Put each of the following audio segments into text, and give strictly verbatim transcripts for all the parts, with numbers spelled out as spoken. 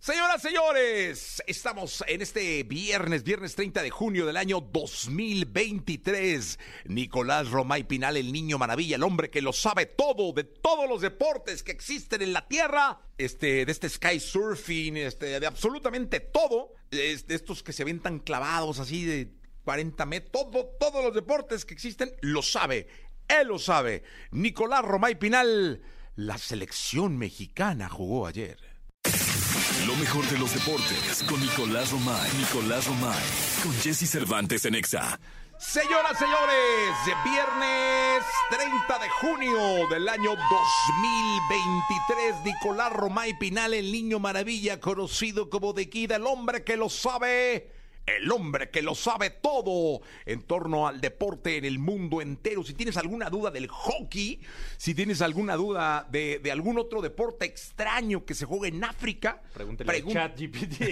Señoras, señores, estamos en este viernes, viernes treinta de junio del año dos mil veintitrés. Nicolás Romay Pinal, el niño maravilla, el hombre que lo sabe todo, de todos los deportes que existen en la tierra, este, de este sky surfing, este, de absolutamente todo, de estos que se ven tan clavados así de cuarenta metros, todo, todos los deportes que existen, lo sabe, él lo sabe. Nicolás Romay Pinal, la selección mexicana jugó ayer. Lo mejor de los deportes con Nicolás Romay. Nicolás Romay. Con Jesse Cervantes en Exa. Señoras, señores, viernes treinta de junio del año dos mil veintitrés, Nicolás Romay Pinal, el niño maravilla, conocido como De Kid, el hombre que lo sabe, el hombre que lo sabe todo en torno al deporte en el mundo entero. Si tienes alguna duda del hockey, si tienes alguna duda de, de algún otro deporte extraño que se juega en África, pregúntale pregun- al chat G P T.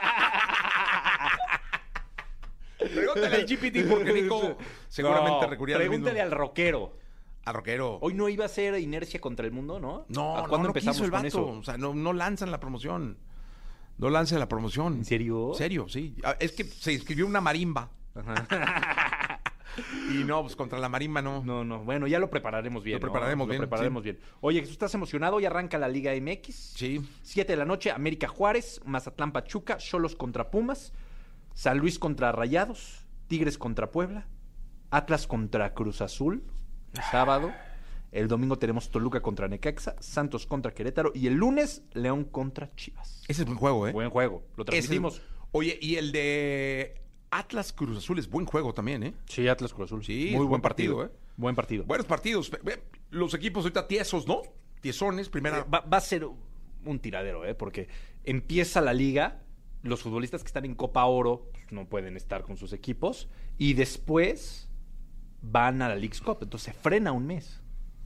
Pregúntale al G P T porque Nico seguramente No, recurría al mismo. Pregúntale al rockero. Al rockero. Hoy no iba a ser inercia contra el mundo, ¿no? No, ¿A no, cuándo no empezamos quiso el con vato. eso? O sea, no, no lanzan la promoción. No lanzan la promoción. ¿En serio? Serio, sí. Ah, Es que se inscribió una marimba. Ajá. Y no, pues contra la marimba no. No, no. Bueno, ya lo prepararemos bien. Lo prepararemos ¿no? bien, Lo prepararemos sí. bien. Oye, ¿tú estás emocionado? Hoy arranca la Liga M X. Sí. siete de la noche, América Juárez, Mazatlán Pachuca, Xolos contra Pumas, San Luis contra Rayados, Tigres contra Puebla, Atlas contra Cruz Azul, el sábado. El domingo tenemos Toluca contra Necaxa, Santos contra Querétaro y el lunes León contra Chivas. Ese es buen juego, ¿eh? Buen juego, lo Ese transmitimos. es- Oye, y el de Atlas Cruz Azul es buen juego también, ¿eh? Sí, Atlas Cruz Azul. Sí, muy buen buen partido, partido, ¿eh? Buen partido. Buenos partidos. Ve- ve, Los equipos ahorita tiesos, ¿no? Tiesones, primera. Eh, va, va a ser un tiradero, ¿eh? Porque empieza la liga, los futbolistas que están en Copa Oro pues, no pueden estar con sus equipos y después van a la Leagues Cup, entonces se frena un mes.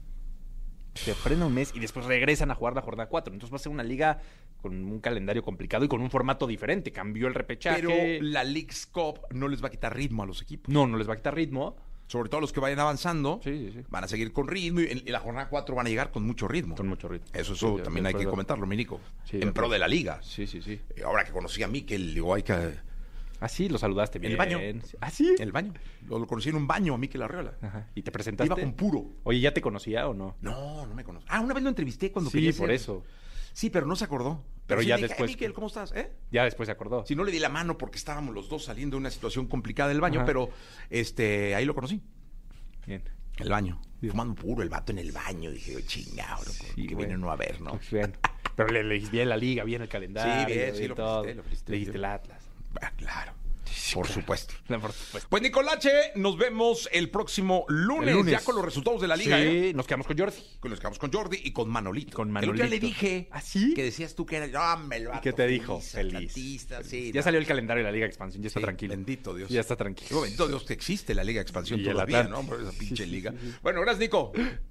Se frena un mes y después regresan a jugar la jornada cuatro. Entonces va a ser una liga con un calendario complicado y con un formato diferente. Cambió el repechaje. Pero la Leagues Cup no les va a quitar ritmo a los equipos. No, no les va a quitar ritmo. Sobre todo los que vayan avanzando, Sí, sí, sí. van a seguir con ritmo y en, en la jornada cuatro van a llegar con mucho ritmo. Con mucho ritmo. Eso, eso Sí, también de hay que acuerdo. comentarlo, mi Nico. Sí, en de pro acuerdo. de la liga. Sí, sí, sí. Eh, Ahora que conocí a Mikel, digo, hay que... Ah, sí, lo saludaste En bien. el baño. Ah, sí. En el baño. Lo, lo conocí en un baño a Mikel Arriola. Ajá. ¿Y te presentaste? Iba con puro. Oye, ¿ya te conocía o no? No, no me conoce. Ah, una vez lo entrevisté cuando Sí, quería por ser- eso. Sí, pero no se acordó. Pero sí ya le dije, después- "Eh, Mikel, ¿cómo estás? ¿Eh? Ya después se acordó. Si no le di la mano porque estábamos los dos saliendo de una situación complicada del baño, Ajá. pero este ahí lo conocí. Bien. El baño. Bien. Fumando puro el vato en el baño. Dije, chingado, loco, Sí, que güey. viene uno a ver, ¿no? Pues bien. Pero le, le dijiste bien la liga, bien el calendario. Sí, bien, sí, bien lo todo. felicité, lo felicité. Le dijiste el Atlas. Ah, claro. Por claro. supuesto. No, por supuesto. Pues Nicolache, nos vemos el próximo lunes, El lunes. ya con los resultados de la liga, sí, ¿eh? nos quedamos con Jordi. Con los que vamos con Jordi y con Manolito. Con El otro día Manolito. le dije ¿Ah, sí? que decías tú que era, no, me lo ¿Y qué te dijo? Feliz. Feliz. Atlantista, sí, Ya no. salió el calendario de la Liga de Expansión, ya está Sí, tranquilo. Bendito Dios. Ya está tranquilo. Digo, bendito Dios que existe la Liga de Expansión Y el todavía, Atlante. ¿no? Por esa pinche Sí, sí, liga. sí, sí. Bueno, gracias, Nico.